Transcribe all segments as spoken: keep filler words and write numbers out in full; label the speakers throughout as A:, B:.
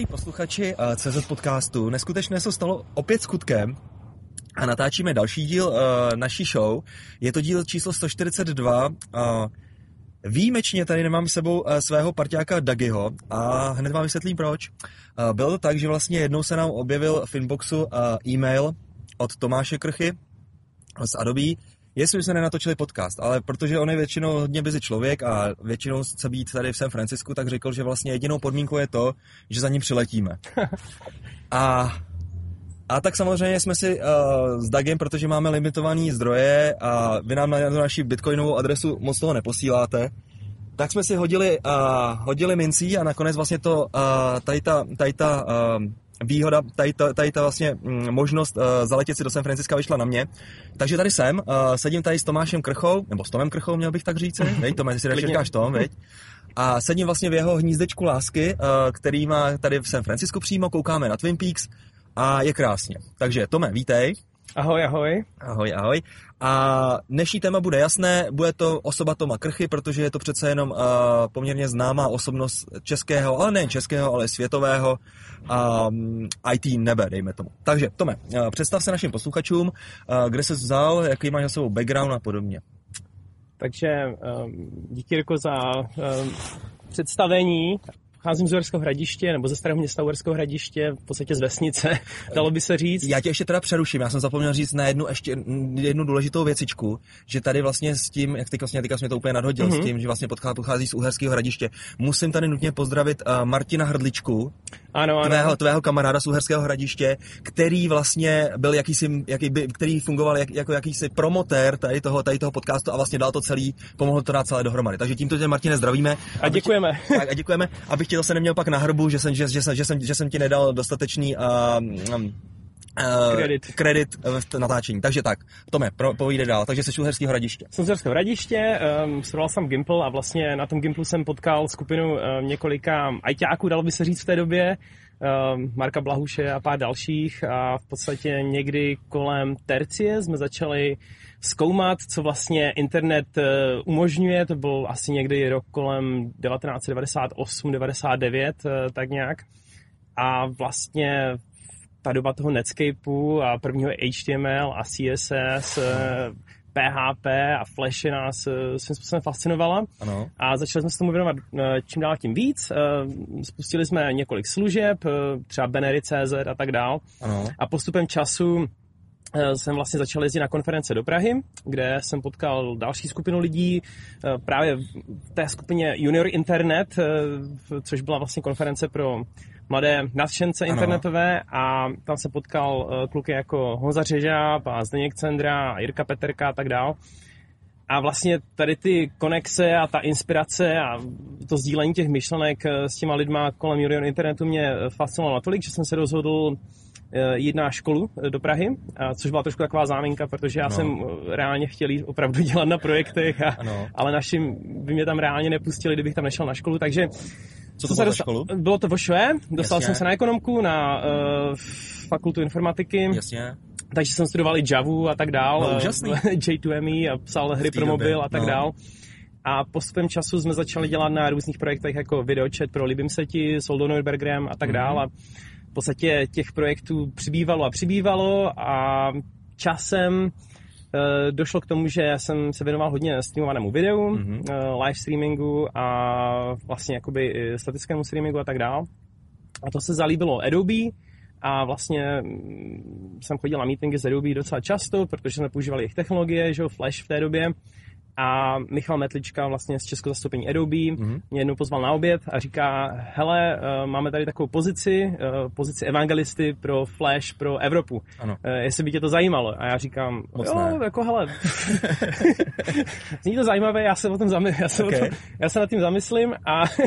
A: Posluchači C Z podcastu, neskutečné se stalo opět skutkem a natáčíme další díl uh, naší show. Je to díl číslo sto čtyřicet dva. Uh, výjimečně tady nemám s sebou uh, svého parťáka Dagiho a hned vám vysvětlím proč. Uh, bylo to tak, že vlastně jednou se nám objevil v inboxu uh, e-mail od Tomáše Krchy z Adobe, jestli bychom nenatočili podcast, ale protože on je většinou hodně busy člověk a většinou chce být tady v San Francisku, tak řekl, že vlastně jedinou podmínkou je to, že za ním přiletíme. A, a tak samozřejmě jsme si uh, s Dagem, protože máme limitované zdroje a vy nám na naši bitcoinovou adresu moc toho neposíláte, tak jsme si hodili, uh, hodili mincí a nakonec vlastně to, uh, tady ta, tady ta uh, výhoda, tady ta, tady ta vlastně mm, možnost uh, zaletět si do San Francisca vyšla na mě. Takže tady jsem, uh, sedím tady s Tomášem Krchou, nebo s Tomem Krchou, měl bych tak říct, veď? Tome, ty si radši říkáš Tom, veď? A sedím vlastně v jeho hnízdečku lásky, uh, který má tady v San Francisku přímo, koukáme na Twin Peaks a je krásně. Takže Tome, vítej.
B: Ahoj, ahoj.
A: Ahoj, ahoj. A dnešní téma bude jasné, bude to osoba Toma Krchy, protože je to přece jenom uh, poměrně známá osobnost českého, ale nejen českého, ale světového um, í té nebe, dejme tomu. Takže, Tome, uh, představ se našim posluchačům, uh, kde jsi vzal, jaký máš za sebou background a podobně.
B: Takže um, díky Jirko za um, představení. Pocházím z Uherského Hradiště, nebo ze Starého Města Uherského Hradiště, v podstatě z vesnice, dalo by se říct.
A: Já tě ještě teda přeruším, já jsem zapomněl říct na jednu, ještě jednu důležitou věcičku, že tady vlastně s tím, jak teď vlastně, teďka jsi mě to úplně nadhodil, mm-hmm. s tím, že vlastně pochází z Uherského Hradiště, musím tady nutně pozdravit uh, Martina Hrdličku,
B: ano, ano.
A: Tvého, tvého kamaráda z Uherského Hradiště, který vlastně byl jakýsi, jaký by, který fungoval jak, jako jakýsi promotér tady toho, tady toho podcastu a vlastně dal to celý, pomohl to dát celé dohromady. Takže tímto tě, Martine, zdravíme.
B: A děkujeme.
A: Tě, tak, a děkujeme, abych tě zase neměl pak na hrbu, že jsem, že, že, že jsem, že jsem ti nedal dostatečný uh, um, Uh,
B: kredit.
A: kredit v natáčení. Takže tak, Tome, pro, povídej dál. Takže jsi z Uherského Hradiště.
B: Jsem z Uherského Hradiště, um, studoval jsem Gimpl a vlastně na tom Gimplu jsem potkal skupinu um, několika ajťáků, dalo by se říct v té době, um, Marka Blahuše a pár dalších a v podstatě někdy kolem tercie jsme začali zkoumat, co vlastně internet uh, umožňuje. To byl asi někdy rok kolem devatenáct set devadesát osm devadesát devět, uh, tak nějak. A vlastně ta doba toho Netscapeu a prvního H T M L a C S S, P H P a Flashy nás svým způsobem fascinovala.
A: Ano.
B: A začali jsme se tomu věnovat čím dál tím víc. Spustili jsme několik služeb, třeba Benery tečka cé zet a tak dál.
A: Ano.
B: A postupem času jsem vlastně začal jezdit na konference do Prahy, kde jsem potkal další skupinu lidí, právě v té skupině Junior Internet, což byla vlastně konference pro mladé nadšence internetové a tam se potkal kluky jako Honza Řežáb a Zdeněk Cendra a Jirka Peterka a tak dál. A vlastně tady ty konexe a ta inspirace a to sdílení těch myšlenek s těma lidma kolem Junior Internetu mě fascinovalo natolik, že jsem se rozhodl jít na školu do Prahy, což byla trošku taková záminka, protože já no. jsem reálně chtěl jít opravdu dělat na projektech, a, ale našim by mě tam reálně nepustili, kdybych tam nešel na školu, takže
A: co to bylo za školu?
B: Bylo to v ŠOE, dostal
A: Jasně.
B: jsem se na ekonomku, na uh, fakultu informatiky.
A: Jasně.
B: Takže jsem studoval i Javu a tak dál.
A: No, úžasný.
B: J dva M E a psal hry pro mobil a tak no. dál. A postupem času jsme začali dělat na různých projektech jako videočet pro Libím se ti, Soldo Neubergrem a tak dál. Mm-hmm. A v podstatě těch projektů přibývalo a přibývalo a časem došlo k tomu, že jsem se věnoval hodně streamovanému videu, mm-hmm. live streamingu a vlastně jakoby statickému streamingu a tak dál. A to se zalíbilo Adobe a vlastně jsem chodil na meetingy s Adobe docela často, protože jsme používali jejich technologie, že jo, Flash v té době. A Michal Metlička vlastně z českého zastoupení Adobe mm-hmm. mě jednou pozval na oběd a říká, hele, uh, máme tady takovou pozici, uh, pozici evangelisty pro Flash pro Evropu. Ano. Uh, jestli by tě to zajímalo. A já říkám,
A: moc
B: jo,
A: ne.
B: jako hele, zní to zajímavé, já se o tom zamyslím, já se, okay. o tom, já se nad tím zamyslím a uh,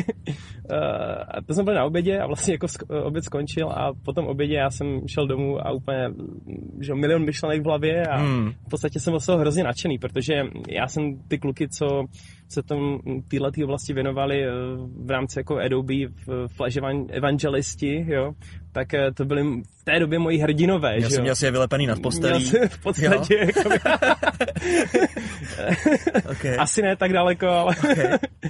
B: to jsme byli na obědě a vlastně jako sk- oběd skončil a po tom obědě já jsem šel domů a úplně, že milion myšlenek v hlavě a hmm. v podstatě jsem byl hrozně nadšený, protože já jsem ty kluky, co se tomu této oblasti věnovali v rámci jako Adobe, Flash evangelisti, jo, tak to byly v té době moji hrdinové.
A: Já jsem měl si je vylepený nad postelí.
B: Měl jsem v podstatě jako...
A: okay.
B: Asi ne tak daleko, ale...
A: Okay.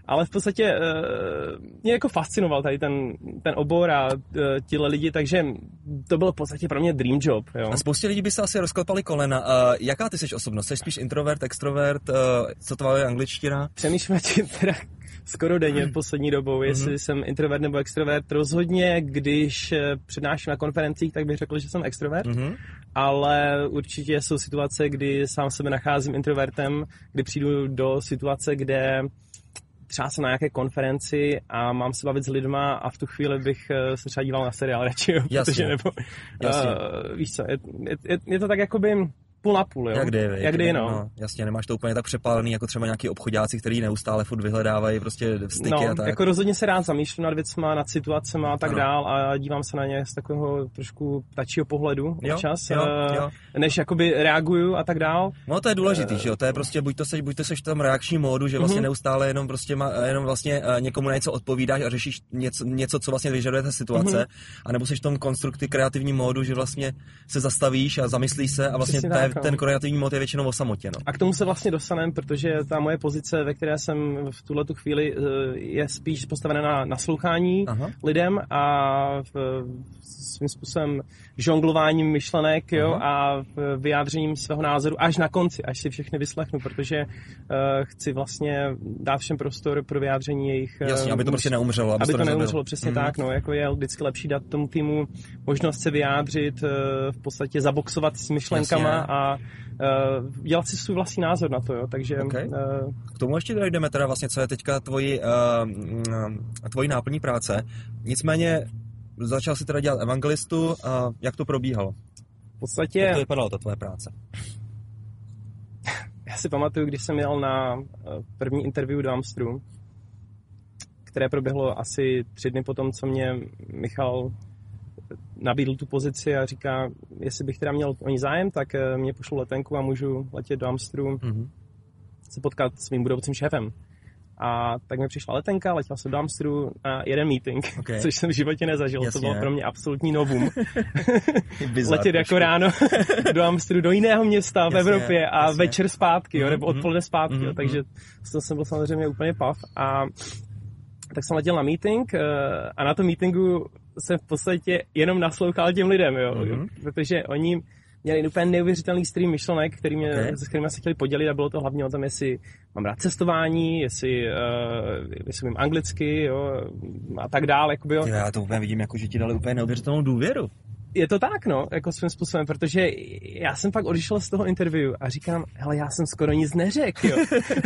B: Ale v podstatě uh, mě jako fascinoval tady ten, ten obor a uh, tihle lidi, takže to byl v podstatě pro mě dream job. Jo.
A: A spoustě lidí by se asi rozklepali kolena. Uh, jaká ty jsi osobnost? Jsi spíš introvert, extrovert? Uh, co tvoje angličtina?
B: Přemýšlím tím teda skoro denně v poslední dobou, jestli mm-hmm. jsem introvert nebo extrovert. Rozhodně, když přednáším na konferencích, tak bych řekl, že jsem extrovert, mm-hmm. ale určitě jsou situace, kdy sám sebe nacházím introvertem, kdy přijdu do situace, kde třeba jsem na nějaké konferenci a mám se bavit s lidma a v tu chvíli bych se třeba díval na seriál radši, jo,
A: jasně,
B: protože nebo,
A: jasně.
B: Uh, víš co, je, je, je to tak jakoby půl na půl, jo?
A: Jak kdy,
B: jak kdy, no.
A: no. Jasně, nemáš to úplně tak přepálený, jako třeba nějaký obchodáci, kteří neustále furt vyhledávají prostě styky
B: no,
A: a tak.
B: jako rozhodně se rád zamýšlím nad věcma, nad situacema a tak ano. dál a dívám se na ně z takového trošku ptačího pohledu občas,
A: jo, jo, jo.
B: než jakoby reaguju a tak dál.
A: No to je důležitý, uh, že jo, to je prostě, buď to seš, buď to seš v tom reakční módu, že vlastně uh-huh. neustále jenom prostě má, jenom vlastně uh, někomu na něco odpovídáš a řešíš něco, něco co vlastně vyžaduje ta situace, uh-huh. anebo seš v tom konstrukty kreativní módu, že vlastně se zastavíš a zamyslíš se a vlastně ta, tak, ten kreativní mód je většinou o samotě, no.
B: A k tomu se vlastně dostaneme, protože ta moje pozice, ve které jsem v tuhletu chvíli, je spíš postavená na naslouchání Aha. lidem a v, svým způsobem žonglováním myšlenek, jo, a vyjádřením svého názoru až na konci, až si všechny vyslechnu, protože uh, chci vlastně dát všem prostor pro vyjádření jejich...
A: Jasně, aby to prostě neumřelo.
B: Aby, aby to,
A: to
B: neumřelo, přesně mm. tak, no, jako je vždycky lepší dát tomu týmu možnost se vyjádřit, uh, v podstatě zaboxovat s myšlenkama Jasně. a uh, dělat si svůj vlastní názor na to, jo, takže...
A: Okay.
B: Uh,
A: K tomu ještě dojdeme teda vlastně, co je teďka tvoji, uh, tvoji náplní práce. Nicméně začal si teda dělat evangelistu a jak to probíhalo?
B: V podstatě...
A: Jak to vypadalo, ta tvoje práce?
B: Já si pamatuju, když jsem jel na první interview do Amstru, které proběhlo asi tři dny potom, co mě Michal nabídl tu pozici a říká, jestli bych teda měl o ní zájem, tak mě pošlu letenku a můžu letět do Amstru mm-hmm. se potkat s mým budoucím šéfem. A tak mi přišla letenka, letěl jsem do Amstru na jeden meeting, okay. což jsem v životě nezažil. Jasně. To bylo pro mě absolutní novum. Letět jako ráno do Amstru, do jiného města jasně, v Evropě a jasně. večer zpátky, jo, mm-hmm. nebo odpoledne zpátky. Mm-hmm. Jo, takže to jsem byl samozřejmě úplně pav. A tak jsem letěl na meeting a na tom meetingu jsem v podstatě jenom naslouchal těm lidem, jo, mm-hmm. protože oni měli úplně neuvěřitelný stream myšlenek, který mě, okay. se kterými se chtěli podělit a bylo to hlavně o tom, jestli mám rád cestování, jestli, uh, jestli mím anglicky, jo, a tak dále. Jakoby, jo.
A: Já to úplně vidím, jako, že ti dali úplně neuvěřitelnou důvěru.
B: Je to tak, no, jako svým způsobem, protože já jsem pak odešel z toho interview a říkám, hele, já jsem skoro nic neřekl, jo.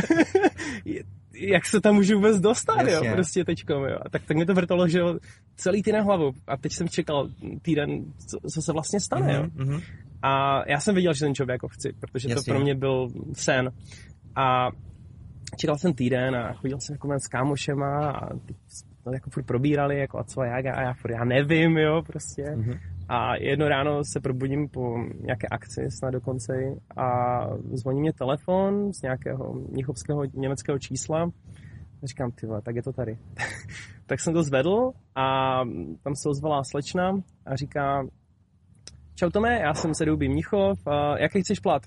B: Jak se tam můžu vůbec dostat, Jasně. jo, prostě teďkom, jo. A tak, tak mi to vrtalo, že jo, celý týden hlavu. A teď jsem čekal týden, co, co se vlastně stane, mm-hmm, jo. Mm-hmm. A já jsem věděl, že ten job jako chci, protože Jasně. to pro mě byl sen. A čekal jsem týden a chodil jsem jako s kámošema a jako furt probírali, jako a co a jak, a já furt, já nevím, jo, prostě. Mm-hmm. A jedno ráno se probudím po nějaké akci, snad dokonce, a zvoní mě telefon z nějakého mnichovského německého čísla. A říkám, ty vole, tak je to tady. Tak jsem to zvedl a tam se ozvala slečna a říká, čau Tome, já jsem se Doubí Mnichov, a jaký chceš plat?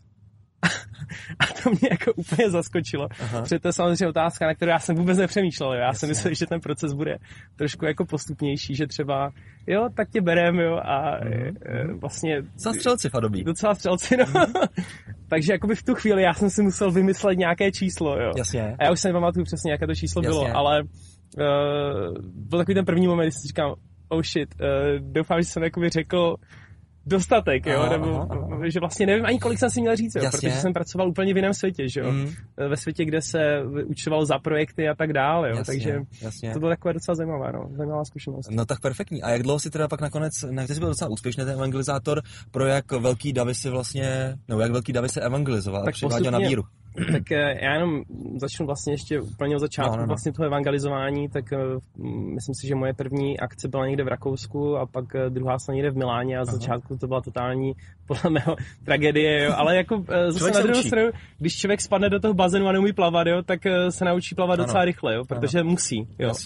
B: A to mě jako úplně zaskočilo. Aha. Protože to je samozřejmě otázka, na kterou já jsem vůbec nepřemýšlel. Jo. Já Jasně. jsem myslel, že ten proces bude trošku jako postupnější, že třeba jo, tak tě berem, jo, a mm-hmm. vlastně...
A: Docela střelci fadobí.
B: Docela střelci, no. Takže jakoby v tu chvíli já jsem si musel vymyslet nějaké číslo, jo.
A: Jasně.
B: A já už se nepamatuju přesně, jaké to číslo Jasně. bylo, ale uh, byl takový ten první moment, kdy si říkám, oh shit, uh, doufám, že jsem jakoby řekl dostatek, jo, aha, nebo aha. že vlastně nevím ani kolik jsem si měl říct, jo, protože jsem pracoval úplně v jiném světě, že jo, mm. ve světě, kde se učoval za projekty a tak dále, jo, jasně, takže jasně. to bylo takové docela zajímavé, no, zajímavá zkušenost.
A: No tak perfektní. A jak dlouho si teda pak nakonec, ne, ty jsi byl docela úspěšný ten evangelizátor, pro jak velký davy si vlastně, nebo jak velký davy se evangelizoval, přiváděl na víru?
B: Tak já jenom začnu vlastně ještě úplně od začátku no, no, no. vlastně toho evangelizování, tak uh, myslím si, že moje první akce byla někde v Rakousku a pak uh, druhá se někde v Miláně a z začátku to byla totální, podle mého, tragédie, jo, ale jako uh, zase na druhou stranu, když člověk spadne do toho bazénu a neumí plavat, jo, tak uh, se naučí plavat ano. docela rychle, jo, protože ano. musí, jo. Jasně.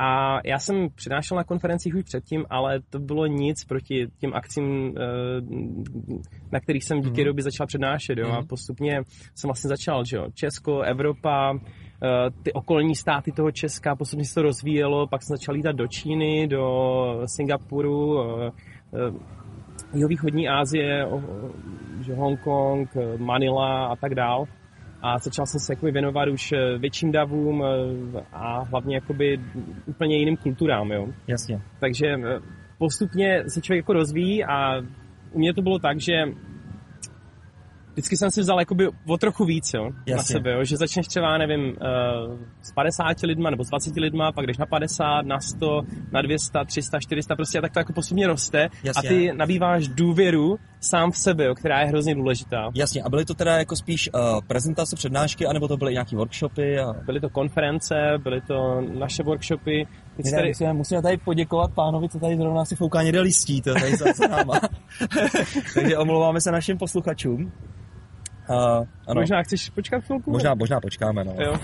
B: A já jsem přednášel na konferencích už předtím, ale to bylo nic proti těm akcím, na kterých jsem díky mm. doby začal přednášet. Jo? Mm. A postupně jsem vlastně začal, že jo? Česko, Evropa, ty okolní státy toho Česka, postupně se to rozvíjelo, pak jsem začal lítat do Číny, do Singapuru, jihovýchodní Asie, že Hongkong, Manila a tak dál. A začal jsem se jakoby věnovat už větším davům a hlavně jakoby úplně jiným kulturám, jo.
A: Jasně.
B: Takže postupně se člověk jako rozvíjí a u mě to bylo tak, že vždycky jsem si vzal jakoby o trochu víc, jo, na sebe, jo, že začneš třeba, nevím, s padesáti lidma nebo s dvaceti lidma, pak jdeš na padesát, na sto, na dvě stě, tři sta, čtyři sta, prostě a tak to jako postupně roste. Jasně. A ty nabýváš důvěru sám v sebe, jo, která je hrozně důležitá.
A: Jasně, a byly to teda jako spíš uh, prezentace, přednášky, anebo to byly nějaký workshopy? A...
B: Byly to konference, byly to naše workshopy.
A: My tady... musíme, musíme tady poděkovat pánovi, co tady zrovna si fouká někde listí, to tady za náma. Takže omlouváme se našim posluchačům. Uh, ano.
B: Možná chceš počkat chvilku?
A: Možná, možná počkáme, no.
B: Jo.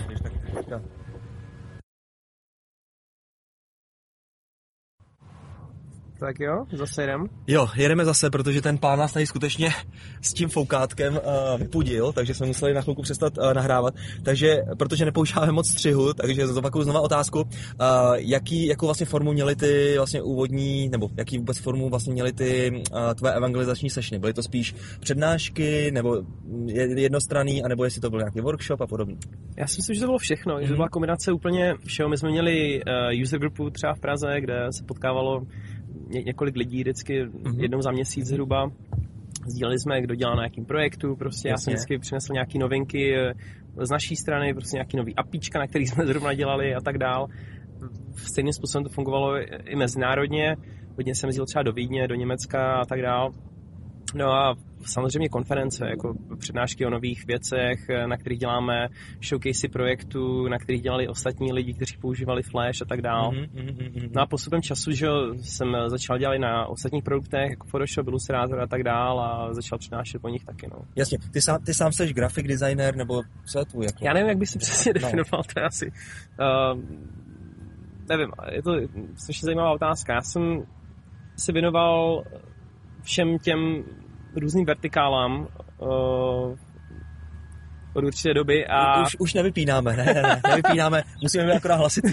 B: Tak jo, zase jedeme.
A: Jo, jedeme zase, protože ten pán nás tady skutečně s tím foukátkem uh, vypudil, takže jsme museli na chvilku přestat uh, nahrávat. Takže, protože nepoužíváme moc střihu, takže zopakuju znova otázku. Uh, jaký, jakou vlastně formu měly ty vlastně úvodní, nebo jaký vůbec formu vlastně měly ty uh, tvoje evangelizační sessiony? Byly to spíš přednášky, nebo jednostranný, anebo jestli to byl nějaký workshop a podobně?
B: Já si myslím, že to bylo všechno, mm-hmm. že to byla kombinace úplně všeho. My jsme měli uh, user groupu třeba v Praze, kde se potkávalo ně, několik lidí vždycky mm-hmm. jednou za měsíc zhruba. Sdíleli jsme, kdo dělá na jakým projektu, prostě Jasně. já jsem vždycky přinesl nějaký novinky z naší strany, prostě nějaký nový apíčka, na který jsme zrovna dělali a tak dál. Stejným způsobem to fungovalo i mezinárodně, hodně jsem jezdil třeba do Vídně, do Německa a tak dál. No a samozřejmě konference, jako přednášky o nových věcech, na kterých děláme showcasey projektů, na kterých dělali ostatní lidi, kteří používali Flash a tak dál. Mm-hmm, mm-hmm. No a postupem času, že jsem začal dělat na ostatních produktech, jako Photoshop, Illustrator a tak dál a začal přednášet po nich taky, no.
A: Jasně, ty sám, ty sám jsi graphic designer, nebo co je tvůj? Jako?
B: Já nevím, jak bych si přesně definoval, no. To je asi... Uh, nevím, je to strašně zajímavá otázka. Já jsem si věnoval všem těm různým vertikálám uh, od určité doby a...
A: Už, už nevypínáme, ne, ne, ne, nevypínáme, musíme být akorát hlasitý.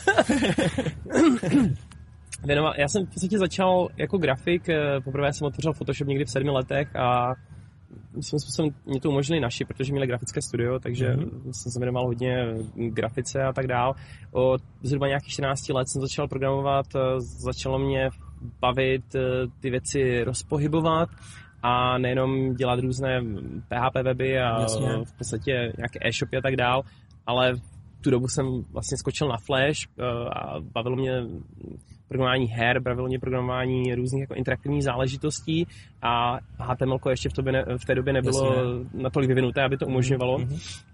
B: Věnoval, já jsem v podstatě začal jako grafik, poprvé jsem otevřel Photoshop někdy v sedmi letech a svým způsobem mě to umožnili naši, protože měli grafické studio, takže mm-hmm. jsem se věnoval hodně grafice a tak dál. Od zhruba nějakých čtrnácti let jsem začal programovat, začalo mě bavit ty věci rozpohybovat a nejenom dělat různé P H P weby a Jasně. v podstatě nějaké e-shopy a tak dál, ale v tu dobu jsem vlastně skočil na Flash a bavilo mě programování her, bavilo mě programování různých jako interaktivních záležitostí a H T M L ještě v, ne, v té době nebylo Jasně. natolik vyvinuté, aby to umožňovalo. Mm-hmm.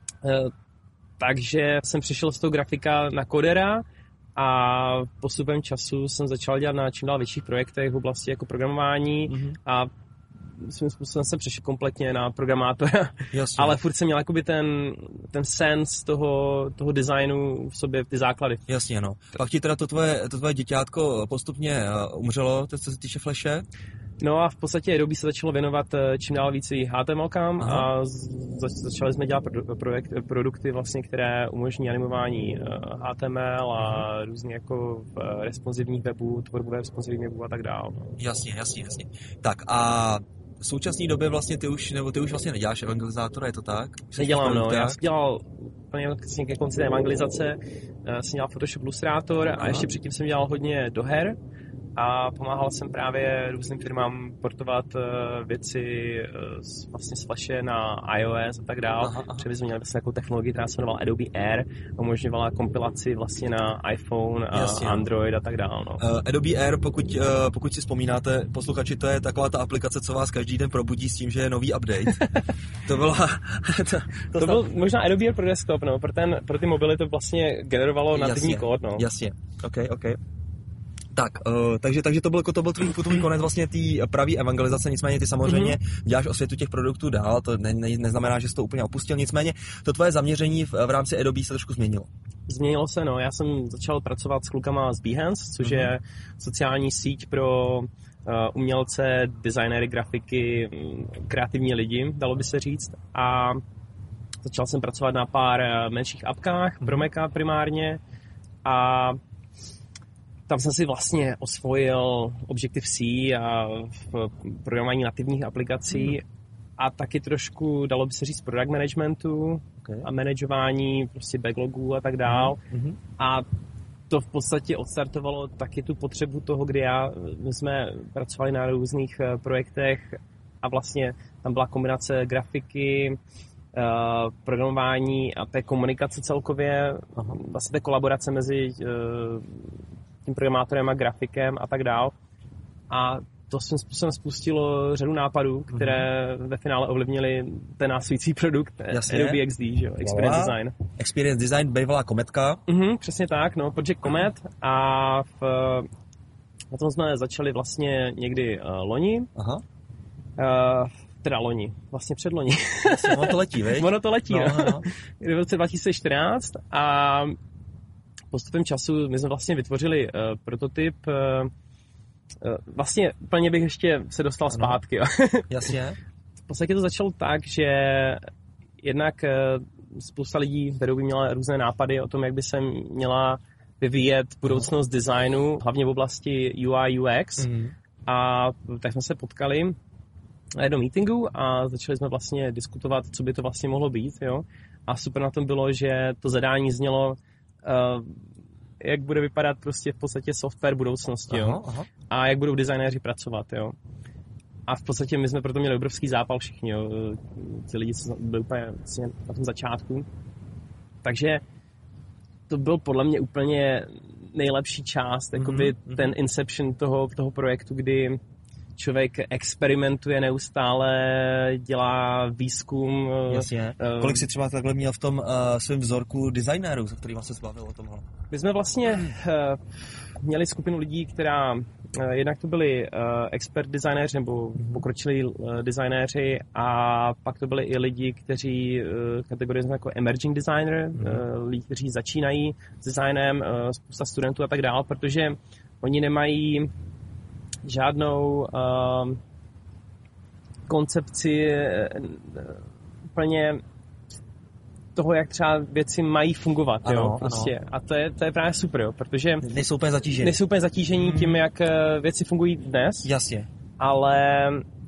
B: Takže jsem přišel z toho grafika na kodera a postupem času jsem začal dělat na čím dál větších projektech v oblasti jako programování mm-hmm. a svým způsobem jsem přešel kompletně na programátora, Jasně. ale furt jsem měl jakoby ten, ten sense toho, toho designu v sobě, ty základy.
A: Jasně, no. Pak ti teda to tvoje, to tvoje děťátko postupně umřelo, to, co se týče Flashe?
B: No a v podstatě době se začalo věnovat čím dál víc HTMLkám Aha. a zač- začali jsme dělat pro- projekt, produkty, vlastně, které umožní animování H T M L a různě jako responsivních webů, tvorbu responsivních webů a tak dále. No.
A: Jasně, jasně, jasně. Tak a v současné době vlastně ty už, nebo ty už vlastně neděláš evangelizátora, je to tak?
B: Nedělám, no. Já jsem dělal úplně ke konci té evangelizace, jsem dělal Photoshop Illustrator Aha. a ještě předtím jsem dělal hodně do her a pomáhal jsem právě různým firmám portovat věci vlastně z Flashe na iOS a tak dál. Třeba jsme měli vlastně takovou technologii, která se jmenovala Adobe Air, umožňovala kompilaci vlastně na iPhone a Jasně. Android a tak dál. No.
A: Uh, Adobe Air, pokud, uh, pokud si vzpomínáte, posluchači, to je taková ta aplikace, co vás každý den probudí s tím, že je nový update. to byla...
B: to, to, to byl možná Adobe Air pro desktop, no, pro, ten, pro ty mobily to vlastně generovalo nativní kód. No.
A: Jasně, ok, ok. Tak, uh, takže, takže to byl, to byl tvůj, tvůj konec vlastně té pravý evangelizace, nicméně ty samozřejmě mm-hmm. děláš osvětu těch produktů dál, to ne, ne, neznamená, že jsi to úplně opustil, nicméně to tvoje zaměření v, v rámci Adobe se trošku změnilo.
B: Změnilo se, no. Já jsem začal pracovat s klukama z Behance, což mm-hmm. je sociální síť pro uh, umělce, designéry, grafiky, kreativní lidi, dalo by se říct. A začal jsem pracovat na pár menších apkách, pro Maca primárně. A tam jsem si vlastně osvojil Objective-C a v programování nativních aplikací mm. a taky trošku, dalo by se říct, product managementu okay. a manažování prostě backlogů a tak dál. Mm. A to v podstatě odstartovalo taky tu potřebu toho, kdy já, my jsme pracovali na různých projektech a vlastně tam byla kombinace grafiky, Uh, programování a té komunikace celkově, Aha. vlastně té kolaborace mezi uh, tím programátorem a grafikem a tak dál. A to svým způsobem spustilo řadu nápadů, které mm-hmm. ve finále ovlivnily ten následující produkt,
A: Jasně.
B: Adobe X D, že jo, Experience voilà. Design.
A: Experience Design, bývalá Kometka.
B: Mhm, přesně tak, no, Project Comet a v, na tom jsme začali vlastně někdy uh, loni. Aha. Uh, Teda loni, vlastně předloni.
A: Vlastně ono to letí, veď?
B: Ono to letí, no. no. V roce dva tisíce čtrnáct a postupem času my jsme vlastně vytvořili uh, prototyp. Uh, uh, vlastně úplně bych ještě se dostal ano. zpátky. Jo.
A: Jasně.
B: V podstatě to začalo tak, že jednak uh, spousta lidí v Adobe měla různé nápady o tom, jak by se měla vyvíjet budoucnost uh-huh. designu, hlavně v oblasti U I U X. Uh-huh. A tak jsme se potkali na jednom meetingu a začali jsme vlastně diskutovat, co by to vlastně mohlo být, jo. A super na tom bylo, že to zadání znělo, uh, jak bude vypadat prostě v podstatě software budoucnosti, jo. Aha, aha. A jak budou designéři pracovat, jo. A v podstatě my jsme proto měli obrovský zápal všichni, jo. Ty lidi, co byli úplně vlastně na tom začátku. Takže to byl podle mě úplně nejlepší část, jakoby mm-hmm. ten inception toho, toho projektu, kdy člověk experimentuje neustále, dělá výzkum.
A: Jasně. Uh, Kolik jsi třeba takhle měl v tom uh, svém vzorku designérů, se kterými se zbavil o tomhle?
B: My jsme vlastně uh, měli skupinu lidí, která uh, jednak to byli uh, expert designéři nebo pokročilí uh, designéři a pak to byli i lidi, kteří uh, kategorizujeme jako emerging designer, mm. uh, lidi, kteří začínají s designem, uh, spousta studentů a tak dál, protože oni nemají žádnou uh, koncepci uh, úplně toho, jak třeba věci mají fungovat, ano, jo, prostě. Ano. A to je, to je právě super, jo, protože
A: nejsou úplně zatížení.
B: Nejsou úplně zatížení hmm. tím, jak věci fungují dnes.
A: Jasně.
B: Ale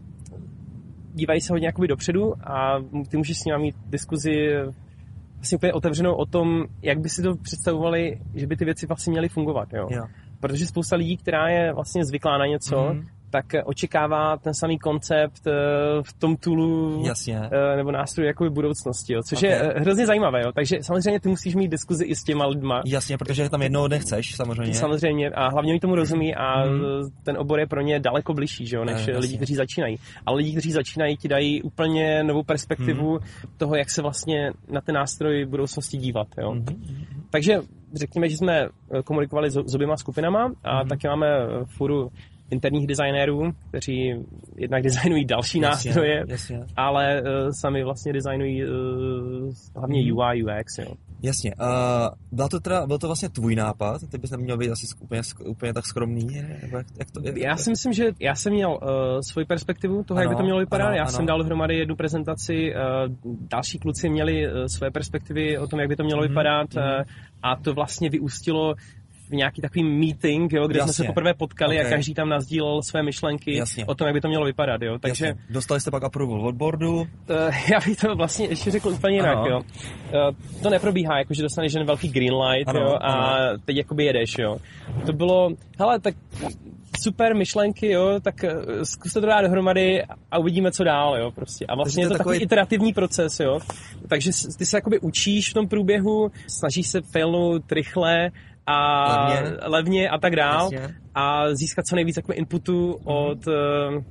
B: dívají se hodně jakoby dopředu a ty můžeš s nimi mít diskuzi vlastně úplně otevřenou o tom, jak by si to představovali, že by ty věci vlastně měly fungovat, jo. jo. Protože spousta lidí, která je vlastně zvyklá na něco, mm-hmm. tak očekává ten samý koncept v tom toolu
A: Jasně.
B: nebo nástroji jako v budoucnosti, jo, což
A: okay.
B: je hrozně zajímavé, jo. Takže samozřejmě ty musíš mít diskuzi i s těma lidma.
A: Jasně, protože tam jednoho dne chceš, samozřejmě.
B: Samozřejmě a hlavně oni tomu rozumí a mm. ten obor je pro ně daleko bližší, že jo, než e, lidi, kteří začínají. Ale lidi, kteří začínají, ti dají úplně novou perspektivu mm. toho, jak se vlastně na ten nástroj budoucnosti dívat, jo. Mm. Takže řekněme, že jsme komunikovali s, s oběma skupinama a mm. taky máme furu interních designérů, kteří jednak designují další jasně, nástroje, jasně. ale uh, sami vlastně designují uh, hlavně mm. U I U X. Jo.
A: Jasně. Uh, byl, to teda, byl to vlastně tvůj nápad? Ty bys neměl být asi úplně, úplně tak skromný? Nebo jak, jak to, jak,
B: já si myslím, že já jsem měl uh, svoji perspektivu toho, ano, jak by to mělo vypadat. Ano, já ano. jsem dal dohromady jednu prezentaci, uh, další kluci měli uh, své perspektivy o tom, jak by to mělo mm. vypadat mm. Uh, a to vlastně vyústilo v nějaký takový meeting, jo, kde Jasně. jsme se poprvé potkali okay. a každý tam nasdílel své myšlenky Jasně. o tom, jak by to mělo vypadat. Jo. Takže
A: Jasně. Dostali jste pak approval od boardu?
B: Uh, já bych to vlastně ještě řekl úplně jinak. Jo. Uh, to neprobíhá, jako že dostaneš jen velký green light ano, jo, a ano. teď jakoby jedeš. Jo. To bylo, hele, tak super myšlenky, jo, tak zkuste to dát dohromady a uvidíme, co dál, jo, prostě. A vlastně je to takový iterativní proces, jo. Takže ty se jakoby učíš v tom průběhu, snažíš se failnout rychle a levně, levně a tak dál Jasně. a získat co nejvíc takové inputu mm. od uh,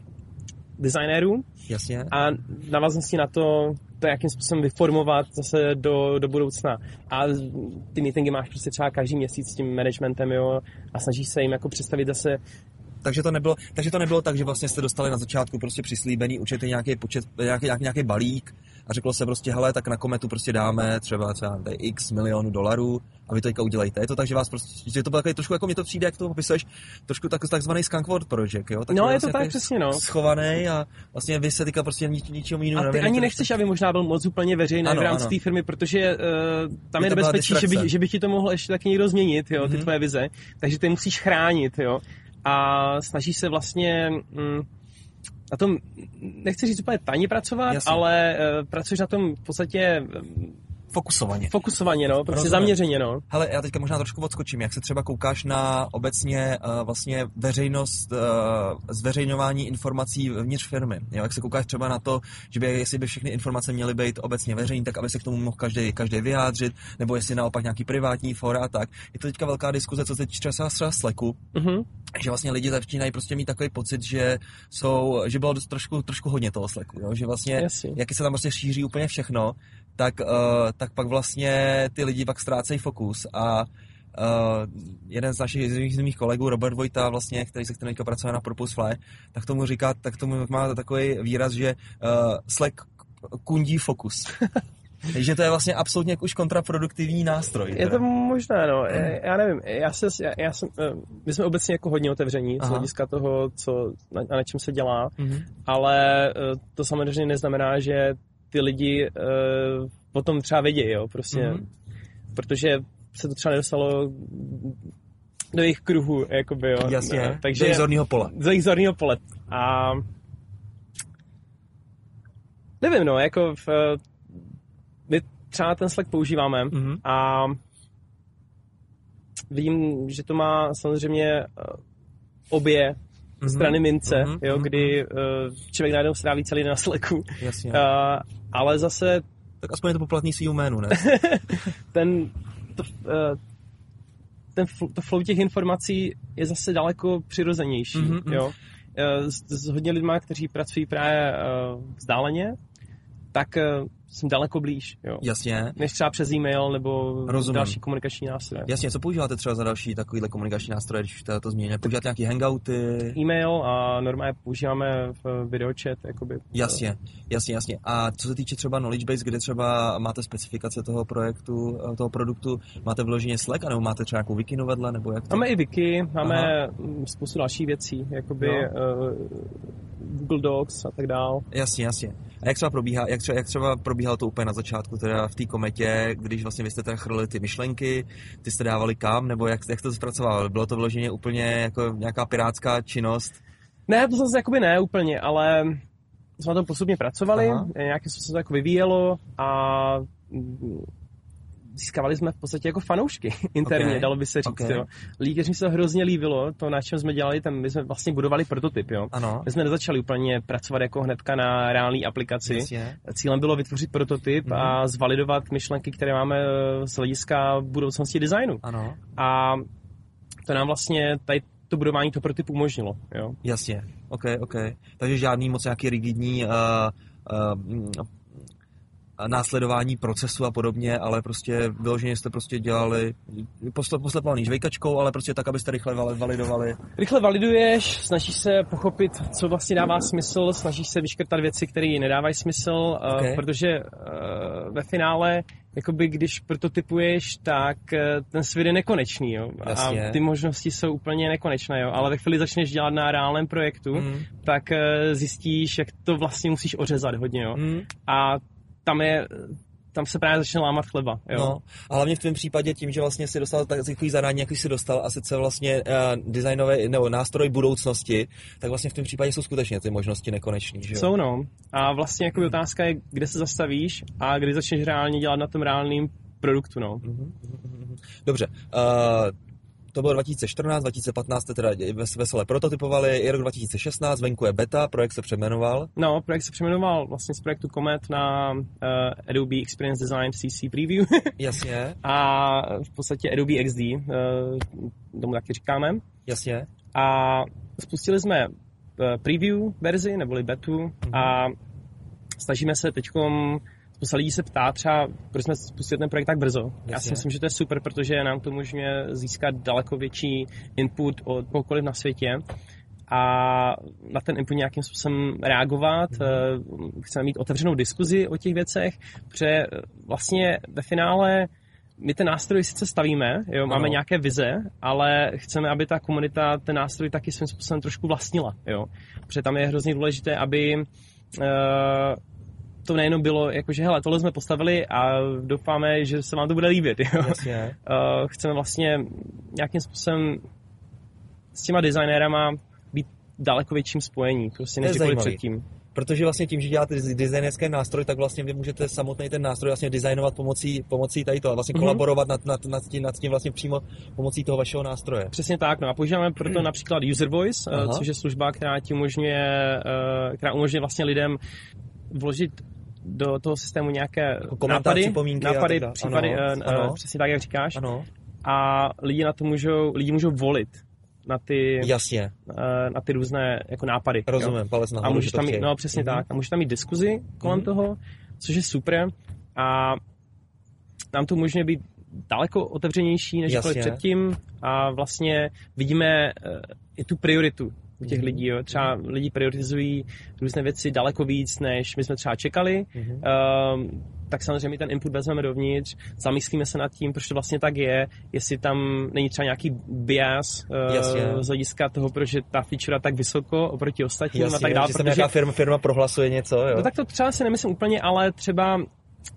B: designérů
A: Jasně.
B: a navaznosti na to, to jakým způsobem vyformovat zase do, do budoucna. A ty meetingy máš prostě třeba každý měsíc s tím managementem, jo, a snažíš se jim jako představit zase.
A: Takže to nebylo, takže to nebylo tak, že vlastně jste dostali na začátku prostě přislíbený určitě nějaký počet, nějaký, nějaký balík a řeklo se prostě, hele, tak na Kometu prostě dáme třeba, třeba tady x milionů dolarů a vy to teďka udělejte. Je to tak, že vás prostě, že to bylo takový trošku, jako mi to přijde, jak to popisuješ, trošku tak, takzvaný Skunkworks Project, jo? Tak
B: no, je
A: vlastně
B: to tak přesně, no.
A: Schovaný a vlastně vy se teďka prostě nič, ničemu jinému.
B: A ty ani nechceš, aby možná byl moc úplně veřejný v rámci té firmy, protože uh, tam je, je nebezpečí, že by, že by ti to mohl ještě taky někdo změnit, jo, ty mm-hmm. tvoje vize, takže ty musíš chránit, jo. A snažíš se vlastně mm, na tom, nechci říct úplně tajně pracovat, Jasně. ale uh, pracuješ na tom v podstatě
A: Fokusovaně.
B: Fokusovaně, no, prostě zaměřeně, no.
A: Hele, já teďka možná trošku odskočím, jak se třeba koukáš na obecně uh, vlastně veřejnost, uh, zveřejňování informací vnitř firmy. Jo, jak se koukáš třeba na to, že by, jestli by všechny informace měly být obecně veřejné, tak aby se k tomu mohl každý, každý vyjádřit, nebo jestli naopak nějaký privátní fóra a tak. Je to teďka velká diskuze, co se týče třeba třeba Slacku, uh-huh. že vlastně lidi začínají prostě mít takový pocit, že jsou, že bylo dost, trošku, trošku hodně toho Slacku, jo? Že vlastně, Jasně. jak se tam prostě šíří úplně všechno, tak, uh, tak pak vlastně ty lidi pak ztrácejí fokus a uh, jeden z našich z mých kolegů, Robert Vojta, vlastně, který se kterým pracuje na Purpose Fly, tak tomu říká, tak tomu má takový výraz, že uh, Slack kundí fokus. Takže to je vlastně absolutně už kontraproduktivní nástroj.
B: Je to možná, no. Já, já nevím. Já se, já, já jsem, my jsme obecně jako hodně otevření Aha. z hlediska toho, co, na, na čem se dělá, mm-hmm. ale to samozřejmě neznamená, že ty lidi uh, potom třeba vědějí, jo, prostě, mm-hmm. protože se to třeba nedostalo do jejich kruhu, jakoby, jo.
A: Jasně, no, takže, do jejich zorného pole.
B: Do jejich zorného pole. A nevím, no, jako v, my třeba ten Slack používáme mm-hmm. a vím, že to má samozřejmě obě mm-hmm. strany mince, mm-hmm. jo, kdy uh, člověk najednou stráví celý den na Slacku.
A: Jasně.
B: Uh, ale zase...
A: Tak aspoň je to poplatný svýho jménu, ne?
B: ten, to, uh, ten to flow těch informací je zase daleko přirozenější, mm-hmm. jo. Uh, s, s hodně lidma, kteří pracují právě uh, vzdáleně, tak uh, jsem daleko blíž, jo.
A: Jasně.
B: Než třeba přes e-mail nebo
A: Rozumím.
B: Další komunikační nástroje.
A: Jasně, co používáte třeba za další takovýhle komunikační nástroje, když už to změní? Používáte nějaký hangouty?
B: E-mail a normálně používáme v videochat, jakoby.
A: Jasně, jasně, jasně. A co se týče třeba knowledge base, kde třeba máte specifikace toho projektu, toho produktu, máte vloženě Slack, nebo máte třeba nějakou Wikinu vedle, nebo jak to?
B: Máme i Wiki, máme Aha. spoustu dalších věcí, jakoby no. uh, Google Docs a tak dál.
A: Jasně, jasně. A jak třeba probíhá, jak třeba, jak třeba probíhalo to úplně na začátku, teda v té Kometě, když vlastně vy jste teda chrlili ty myšlenky, ty jste dávali kam, nebo jak, jak to zpracovávali? Bylo to vloženě úplně jako nějaká pirátská činnost?
B: Ne, to zase jakoby ne úplně, ale jsme na tom postupně pracovali, Aha. nějakým způsobem se to jako vyvíjelo a získávali jsme v podstatě jako fanoušky interně, okay. dalo by se říct, okay. jo. Lidi, kteří se to hrozně líbilo, to, na čem jsme dělali, tam my jsme vlastně budovali prototyp, jo.
A: Ano.
B: My jsme nezačali úplně pracovat jako hnedka na reálné aplikaci.
A: Jasně.
B: Cílem bylo vytvořit prototyp mm. a zvalidovat myšlenky, které máme z hlediska budoucnosti designu.
A: Ano.
B: A to nám vlastně tady to budování toho prototypu umožnilo, jo.
A: Jasně, ok, ok. Takže žádný moc nějaký rigidní uh, uh, následování procesu a podobně, ale prostě vyloženě jste prostě dělali poslepovaný žvejkačkou, ale prostě tak, abyste rychle validovali.
B: Rychle validuješ, snažíš se pochopit, co vlastně dává smysl, snažíš se vyškrtat věci, které nedávají smysl, okay. uh, protože uh, ve finále, jakoby když prototypuješ, tak uh, ten svět je nekonečný, jo.
A: Jasně.
B: A ty možnosti jsou úplně nekonečné, jo. Ale ve chvíli začneš dělat na reálném projektu, mm. tak uh, zjistíš, jak to vlastně musíš ořezat hodně, jo. Mm. A tam je, tam se právě začne lámat chleba, jo.
A: No, a hlavně v tvém případě tím, že vlastně si dostal takový zadání, jaký si dostal, a sice vlastně uh, designové, nebo nástroj budoucnosti, tak vlastně v tom případě jsou skutečně ty možnosti nekonečný, že jo?
B: Jsou, no. A vlastně jako otázka je, kde se zastavíš a kdy začneš reálně dělat na tom reálným produktu, no.
A: Dobře. Uh, To bylo dva tisíce čtrnáct, dva tisíce patnáct teda veselé prototypovali, i rok dva tisíce šestnáct, venku je beta, projekt se přejmenoval.
B: No, projekt se přejmenoval vlastně z projektu Comet na uh, Adobe Experience Design C C Preview.
A: Jasně.
B: A v podstatě Adobe X D, uh, tomu taky říkáme.
A: Jasně.
B: A spustili jsme uh, preview verzi, neboli betu, mm-hmm. a snažíme se teďkom Spousta lidí se ptá třeba, proč jsme spustili ten projekt tak brzo. Jasně. Já si myslím, že to je super, protože nám to umožňuje získat daleko větší input od kohokoliv na světě. a na ten input nějakým způsobem reagovat. Mm. Chceme mít otevřenou diskuzi o těch věcech, protože vlastně ve finále my ten nástroj sice stavíme, jo, máme nějaké vize, ale chceme, aby ta komunita ten nástroj taky svým způsobem trošku vlastnila. Jo. Protože tam je hrozně důležité, aby uh, to nejenom bylo, jakože hele, tohle jsme postavili a doufáme, že se vám to bude líbit. Jo.
A: Jasně.
B: Uh, chceme vlastně nějakým způsobem s těma designérama být daleko větším spojení, prostě než kdykoliv předtím.
A: Protože vlastně tím, že děláte designerský nástroj, tak vlastně vy můžete samotný ten nástroj vlastně designovat pomocí, pomocí tady toho, vlastně mm-hmm. kolaborovat nad, nad, nad, tím, nad tím vlastně přímo pomocí toho vašeho nástroje.
B: Přesně tak, no a používáme proto například User Voice, Aha. což je služba, která ti umožňuje, která umožňuje vlastně lidem vložit do toho systému nějaké nápady, nápady, případy, ano, uh, ano. přesně tak, jak říkáš. Ano. A lidi na to můžou, lidi můžou volit na ty,
A: Jasně.
B: na ty různé jako nápady.
A: Rozumím, palec nahoru.
B: A můžeš tam mít, no přesně mm-hmm. tak, a můžeš tam mít diskuzi kolem mm-hmm. toho, což je super a nám to umožňuje být daleko otevřenější než kdykoliv předtím a vlastně vidíme uh, i tu prioritu u těch mm-hmm. lidí. Jo. Třeba mm-hmm. lidi prioritizují různé věci daleko víc, než my jsme třeba čekali. Mm-hmm. Uh, tak samozřejmě ten input vezmeme dovnitř, zamyslíme se nad tím, proč to vlastně tak je, jestli tam není třeba nějaký bias uh, z hlediska toho, proč je ta feature tak vysoko oproti ostatním Jasně, a tak dále.
A: Že protože nějaká firma, firma prohlasuje něco, jo?
B: No tak to třeba si nemyslím úplně, ale třeba uh,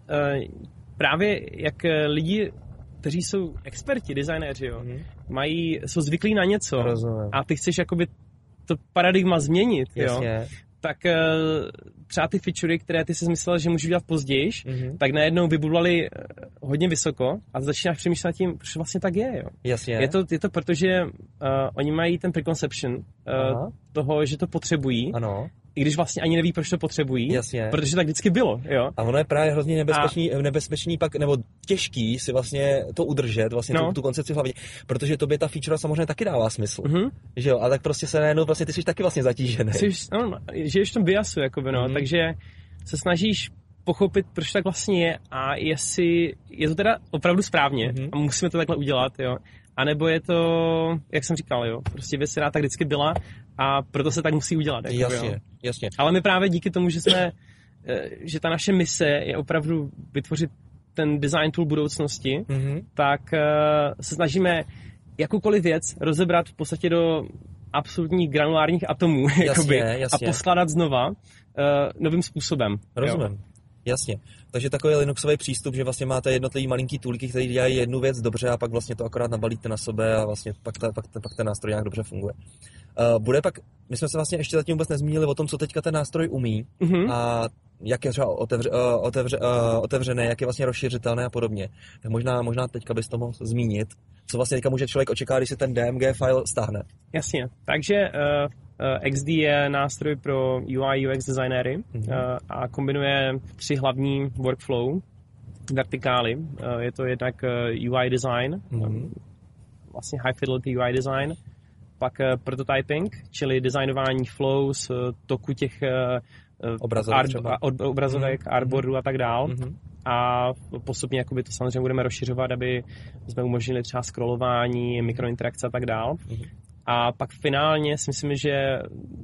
B: právě jak lidi, kteří jsou experti, designéři, jo, mm. mají, jsou zvyklí na něco Rozumím. A ty chceš jakoby to paradigma změnit, jo, tak třeba ty featurey, které ty jsi myslel, že můžu dělat později, mm-hmm. tak najednou vybudovali hodně vysoko a začínáš přemýšlet nad tím, proč vlastně tak je. Jo.
A: Jasně.
B: Je to, je to proto, že uh, oni mají ten preconception uh, toho, že to potřebují. Ano. I když vlastně ani neví, proč to potřebují, Jasně. protože tak vždycky bylo, jo.
A: A ono je právě hrozně nebezpečný, a... nebezpečný pak, nebo těžký si vlastně to udržet, vlastně no. tu, tu koncepci v hlavě, protože tobě ta feature samozřejmě taky dává smysl, mm-hmm. že jo, a tak prostě se najednou, vlastně ty jsi taky vlastně zatížený. Jsi,
B: no, žiješ v tom biasu, jakoby, no, mm-hmm. takže se snažíš pochopit, proč tak vlastně je a jestli je to teda opravdu správně mm-hmm. a musíme to takhle udělat, jo. A nebo je to, jak jsem říkal, jo, prostě věc, která tak vždycky byla a proto se tak musí udělat. Jako,
A: jasně,
B: jo.
A: jasně.
B: Ale my právě díky tomu, že jsme, že ta naše mise je opravdu vytvořit ten design tool budoucnosti, mm-hmm. tak se snažíme jakoukoliv věc rozebrat v podstatě do absolutních granulárních atomů jasně, jakoby, jasně. a poskládat znova uh, novým způsobem.
A: Rozumím. Jo. Jasně. Takže takový Linuxový přístup, že vlastně máte jednotlivý malinký toolky, které dělají jednu věc dobře a pak vlastně to akorát nabalíte na sebe a vlastně pak, ta, pak, pak ten nástroj nějak dobře funguje. Uh, bude pak, my jsme se vlastně ještě zatím vůbec nezmínili o tom, co teďka ten nástroj umí mm-hmm. a jak je třeba otevře, uh, otevře, uh, otevřené, jak je vlastně rozšiřitelné a podobně. Tak možná, možná teďka bys to mohl zmínit, co vlastně teďka může člověk očekávat, když se ten D M G file stáhne. Jasně. Takže uh... Uh, X D je nástroj pro U I U X designéry mm-hmm. uh, a kombinuje tři hlavní workflow vertikály. Uh, je to jednak uh, U I design, mm-hmm. um, vlastně high fidelity U I design, pak uh, prototyping, čili designování flows, uh, toku těch uh, obrazovek, art, od, obrazovek mm-hmm. artboardů a tak dál. Mm-hmm. A postupně jakoby to samozřejmě budeme rozšiřovat, aby jsme umožnili třeba scrollování, mikrointerakce a tak dál. Mm-hmm. A pak finálně si myslím, že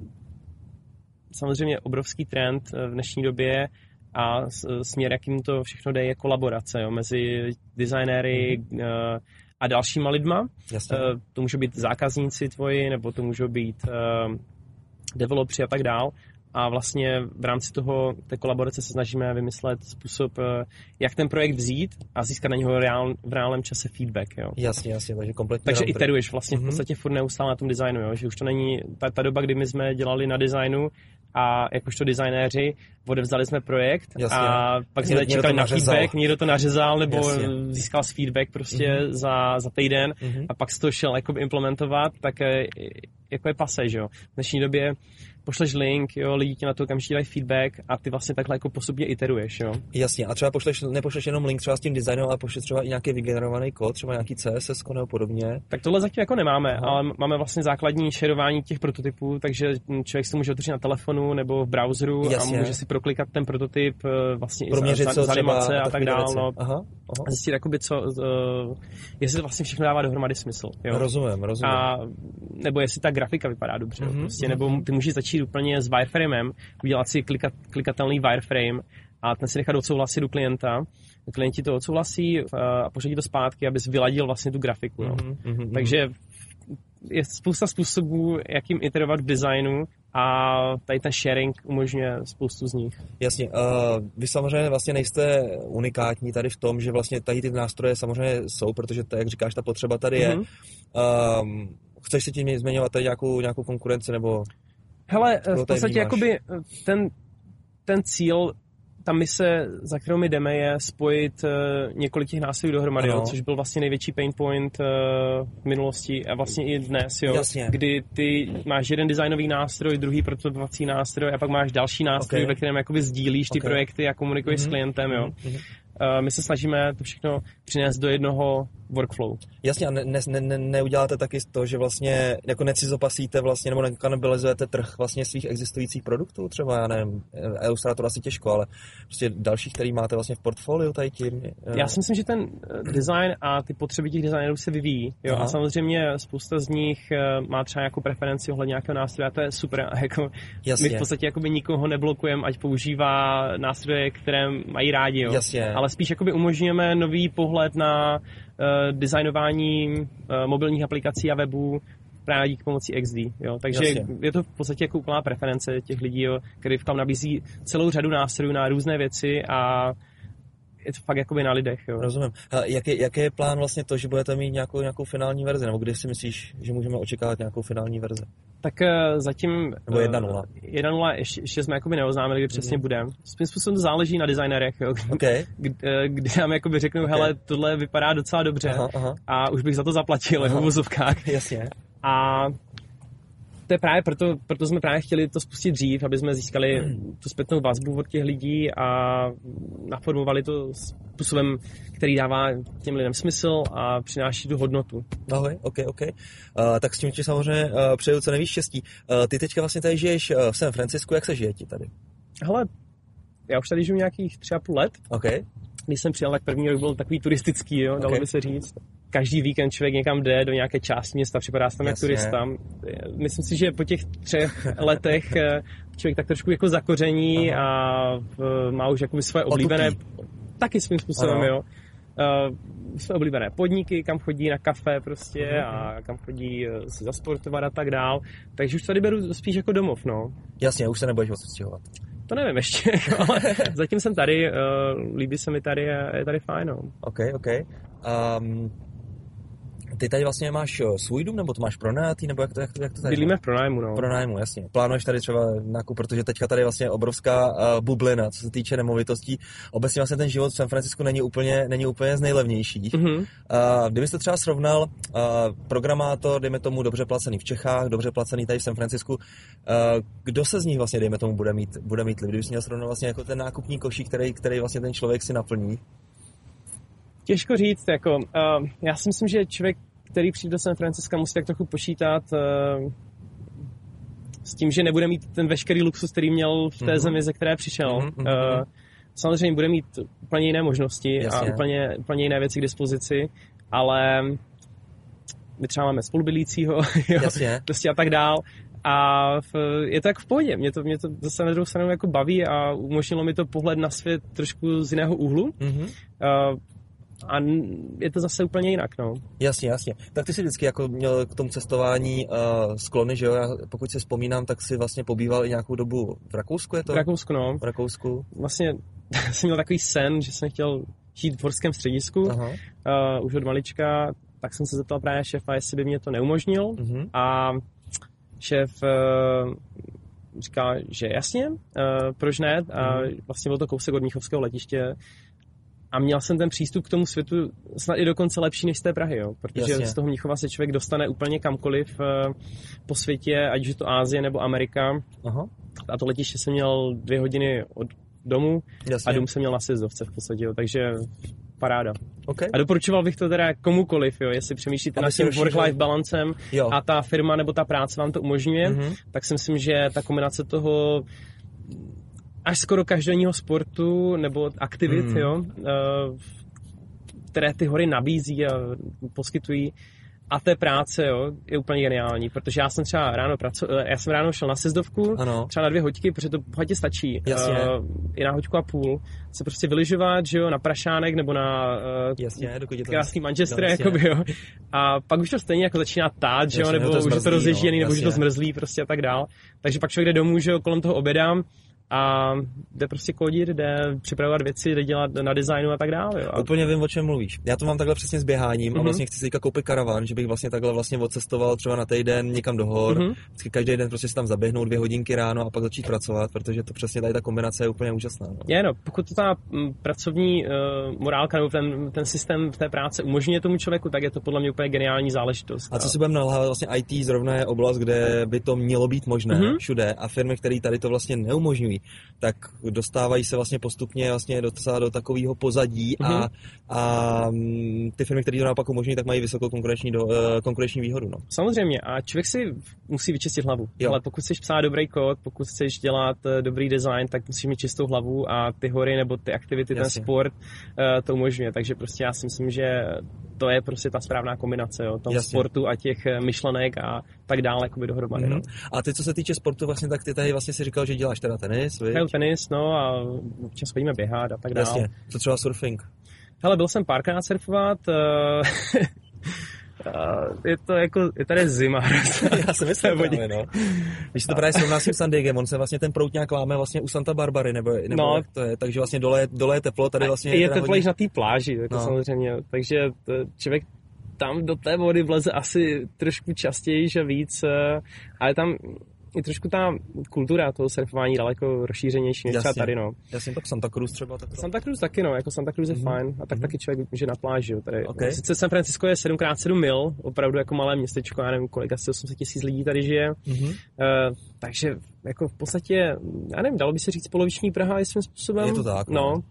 A: samozřejmě obrovský trend v dnešní době a směr, jakým to všechno jde, je kolaborace jo, mezi designéry mm-hmm. a dalšíma lidma. Jasně. To můžou být zákazníci tvoji, nebo to můžou být developři a tak dál. A vlastně v rámci toho, té kolaborace se snažíme vymyslet způsob, jak ten projekt vzít a získat na něho reál, v reálném čase feedback. Jo. Jasně, jasně, takže kompletně. Takže iteruješ vlastně mm-hmm. v podstatě furt neustále na tom designu, jo, že už to není ta, ta doba, kdy my jsme dělali na designu a jakožto designéři odevzdali jsme projekt jasně. a pak jsme čekali na feedback, někdo to nařezal nebo jasně. získal feedback prostě mm-hmm. za, za týden mm-hmm. a pak se to šel jako implementovat, tak jako je pase, že jo. V dnešní době
B: pošleš link, jo, lidi ti na to okamžitě dají feedback a ty vlastně takhle jako postupně iteruješ, jo.
A: Jasně, a třeba pošleš, nepošleš jenom link třeba s tím designem, ale pošleš třeba i nějaký vygenerovaný kód, třeba nějaký C S S nebo podobně.
B: Tak tohle zatím jako nemáme, aha, ale máme vlastně základní shareování těch prototypů, takže člověk si to může otevřít na telefonu nebo v browseru. Jasně. A může si proklikat ten prototyp vlastně
A: proměřit
B: i za, za animace
A: a,
B: a tak dále. No.
A: Aha, aha.
B: A zjistit, jakoby, co, uh, jestli to vlastně všechno dává dohromady smysl. Jo?
A: Rozumím, rozumím.
B: A, nebo jestli ta grafika vypadá dobře. Mm-hmm, prostě, mm-hmm. Nebo ty můžeš začít úplně s wireframem, udělat si klikat, klikatelný wireframe a ten si nechat odsouhlasit u klienta. Klienti to odsouhlasí a pořadí to zpátky, abys vyladil vlastně tu grafiku. No. Mm-hmm, Takže je spousta způsobů, jak jim iterovat v designu a tady ten sharing umožňuje spoustu z nich.
A: Jasně. Uh, vy samozřejmě vlastně nejste unikátní tady v tom, že vlastně tady ty nástroje samozřejmě jsou, protože to, jak říkáš, ta potřeba tady je. Mm-hmm. Uh, chceš si tím zmiňovat tady nějakou, nějakou konkurenci nebo...
B: Hele, v podstatě jakoby ten, ten cíl, ta mise, za kterou my jdeme, je spojit uh, několik těch nástrojů dohromady, jo, což byl vlastně největší pain point uh, v minulosti a vlastně i dnes, jo, kdy ty máš jeden designový nástroj, druhý prototypovací nástroj a pak máš další nástroj, okay, ve kterém jakoby sdílíš ty okay. projekty a komunikuješ mm-hmm. s klientem, jo. Mm-hmm. Uh, my se snažíme to všechno přinést do jednoho workflow.
A: Jasně, a ne, ne, ne, neuděláte taky to, že vlastně jako necizopasíte vlastně, nebo nekanibalizujete trh vlastně svých existujících produktů, třeba, já nevím, Illustrator asi těžko, ale prostě dalších, který máte vlastně v portfoliu tady tím?
B: Já si myslím, že ten design a ty potřeby těch designerů se vyvíjí, jo, aha, a samozřejmě spousta z nich má třeba nějakou preferenci ohledně nějakého nástroje a to je super, a jako my v podstatě jakoby nikoho neblokujeme, ať používá nástroje, které mají rádi, jo.
A: Jasně.
B: Ale spíš jakoby umožňujeme nový pohled na uh, designování uh, mobilních aplikací a webů právě díky pomocí X D. Jo. Takže jasně, je to v podstatě jako úplná preference těch lidí, jo, který tam nabízí celou řadu nástrojů na různé věci a je to fakt jakoby na lidech. Jo.
A: Rozumím. A jaký, jaký je plán vlastně to, že budete mít nějakou, nějakou finální verzi? Nebo kdy si myslíš, že můžeme očekávat nějakou finální verzi?
B: Tak uh, zatím...
A: Nebo jedna nula.
B: jedna nula, ještě, ještě jsme jakoby neoznámili, kdy přesně mm. budeme. Svým způsobem to záleží na designerech, jo.
A: Okay.
B: Kde, kde nám jakoby řeknou, okay, hele, tohle vypadá docela dobře, aha, aha, a už bych za to zaplatil, v uvozovkách.
A: Jasně.
B: A to je právě proto, proto jsme právě chtěli to spustit dřív, aby jsme získali tu zpětnou vazbu od těch lidí a naformovali to způsobem, který dává těm lidem smysl a přináší tu hodnotu.
A: Ahoj, ok, ok. Uh, tak s tím ti samozřejmě uh, přeju co nejvíc štěstí. Uh, ty teďka vlastně tady žiješ uh, v San Francisku, jak se žije ti tady?
B: Hele, já už tady žiju nějakých tři a půl let.
A: Ok.
B: Když jsem přijel, tak první rok byl takový turistický, jo, dalo okay, by se říct. Každý víkend člověk někam jde do nějaké části města, připadá se tam jak turista. Myslím si, že po těch třech letech člověk tak trošku jako zakoření aha, a má už jakoby svoje oblíbené, taky svým způsobem, aha, jo. Uh, své oblíbené podniky, kam chodí na kafe prostě aha, a kam chodí uh, si zasportovat a tak dál. Takže už tady beru spíš jako domov, no.
A: Jasně, už se nebudeš odstěhovat.
B: To nevím ještě, ale zatím jsem tady, uh, líbí se mi tady a je tady fajn, no.
A: Ok, ok. Um, ty tady vlastně máš svůj dům, nebo to máš pronajatý, nebo jak to, jak, jak to tady?
B: Bydlíme v pronájmu, no.
A: Pronájmu, jasně. Plánuješ tady třeba nákup, protože teďka tady vlastně obrovská uh, bublina, co se týče nemovitostí. Obecně vlastně ten život v San Francisku není úplně, není úplně z nejlevnějších. Mm-hmm. Uh, kdybyste třeba srovnal uh, programátor, dejme tomu dobře placený v Čechách, dobře placený tady v San Francisku, uh, kdo se z nich vlastně, dejme tomu, bude mít, bude mít líp? Kdybys měl srovnat vlastně jako ten nákupní košík, který, který vlastně ten člověk si naplní?
B: Těžko říct, jako, uh, já si myslím, že člověk, který přijde do San Francisca, musí tak trochu počítat uh, s tím, že nebude mít ten veškerý luxus, který měl v té mm-hmm, zemi, ze které přišel. Mm-hmm. Uh, samozřejmě bude mít úplně jiné možnosti, jasně, a úplně, úplně jiné věci k dispozici, ale my třeba máme spolubydlícího, prostě a tak dál. A v, je to jako v pohodě. Mě to, mě to zase na druhou stranu jako baví a umožnilo mi to pohled na svět trošku z jiného úhlu. Mm-hmm. Uh, A je to zase úplně jinak, no.
A: Jasně, jasně. Tak ty jsi vždycky jako měl k tomu cestování uh, sklony, že jo? Já, pokud si vzpomínám, tak si vlastně pobýval i nějakou dobu v Rakousku, je to?
B: V Rakousku, no.
A: V Rakousku.
B: Vlastně jsem měl takový sen, že jsem chtěl žít v horském středisku. Uh, už od malička, tak jsem se zeptal právě šéfa, jestli by mě to neumožnil. Uh-huh. A šéf uh, říkal, že jasně, uh, proč ne? A uh-huh, vlastně byl to kousek od Mnichovského letiště. a měl jsem ten přístup k tomu světu snad i dokonce lepší než z té Prahy, jo? Protože
A: Jasně.
B: z toho Mnichova se člověk dostane úplně kamkoliv uh, po světě, ať už je to Asie nebo Amerika.
A: Aha.
B: A to letiště jsem měl dvě hodiny od domu
A: Jasně.
B: a dům jsem měl na sjezdovce v podstatě, jo? Takže paráda.
A: Okay.
B: A doporučoval bych to teda komukoliv, jo? Jestli přemýšlíte nad tím work-life balancem jo. a ta firma nebo ta práce vám to umožňuje, mm-hmm. tak si myslím, že ta kombinace toho až skoro každodenního sportu nebo aktivit, mm. jo, které ty hory nabízí a poskytují, a té práce, jo, je úplně geniální, protože já jsem třeba ráno praco- já jsem ráno šel na sjezdovku, ano. třeba na dvě hoďky, protože to bohatě stačí.
A: Jasně. Uh,
B: I na hoďku a půl se prostě vylyžovat, že jo, na prašánek nebo na uh,
A: Jasně,
B: krásný Manchester, jakoby, jo. A pak už to stejně jako začíná tát, že jo, nebo to už zmrzlý, je to rozježděný, no, nebo už je to zmrzlý, prostě a tak dál. Takže pak člověk jde domů, že jo, kolem toho obědám, a jde prostě kodit, jde připravovat věci, jde dělat na designu a tak dále. Jo.
A: Úplně vím, o čem mluvíš. Já to mám takhle přesně s běháním mm-hmm. a vlastně chci si koupit karavan, že bych vlastně takhle vlastně odcestoval třeba na týden někam do hor. Mm-hmm. Vždycky každý den prostě si tam zaběhnout dvě hodinky ráno a pak začít pracovat, protože to přesně tady ta kombinace je úplně úžasná. No.
B: Je, no, pokud to ta m, pracovní uh, morálka nebo ten, ten systém v té práce umožňuje tomu člověku, tak je to podle mě úplně geniální záležitost.
A: A co si budeme nalhávat, vlastně í té zrovna je oblast, kde by to mělo být možné mm-hmm. všude a firmy, které tady to vlastně neumožňují, tak dostávají se vlastně postupně vlastně docela do takového pozadí mm-hmm. a, a ty firmy, které to naopak umožňují, tak mají vysokou konkurenční, do, konkurenční výhodu. No.
B: Samozřejmě a člověk si musí vyčistit hlavu. Ale pokud chceš psát dobrý kód, pokud chceš dělat dobrý design, tak musíš mít čistou hlavu a ty hory nebo ty aktivity, Jasně. ten sport to umožňuje. Takže prostě já si myslím, že to je prostě ta správná kombinace, jo, toho Jasně. sportu a těch myšlenek a tak dále, jakoby dohromady. Mm-hmm. No.
A: A ty, co se týče sportu, vlastně tak ty tady vlastně si říkal, že děláš teda tenis, viď?
B: Tenis, no a občas chodíme běhat a tak dále.
A: Jasně. Co třeba surfing?
B: Hele, byl jsem párkrát surfovat, uh, je to jako, je tady zima.
A: Já jsem myslel právě, no. Když to právě srovná s tím San Diegem, on se vlastně ten proutňák láme vlastně u Santa Barbary, nebo, nebo no, jak to je, takže vlastně dole je, dole je teplo, tady vlastně
B: je, je teplejš na té pláži, jako no. samozřejmě, takže člověk tam do té vody vleze asi trošku častěji, že víc, ale tam je trošku ta kultura toho surfování daleko rozšířenější než třeba tady, no.
A: Jasně, tak Santa Cruz třeba tak.
B: Santa Cruz taky, no, jako Santa Cruz je mm-hmm. fajn a tak mm-hmm. taky člověk může na pláži, jo, tady.
A: Okay.
B: Sice San Francisco je sedm krát sedm mil, opravdu jako malé městečko, já nevím, kolik, asi osm set tisíc lidí tady žije, mm-hmm. uh, takže jako v podstatě, já nevím, dalo by se říct poloviční Praha je svým způsobem.
A: Je to tak, no.
B: no.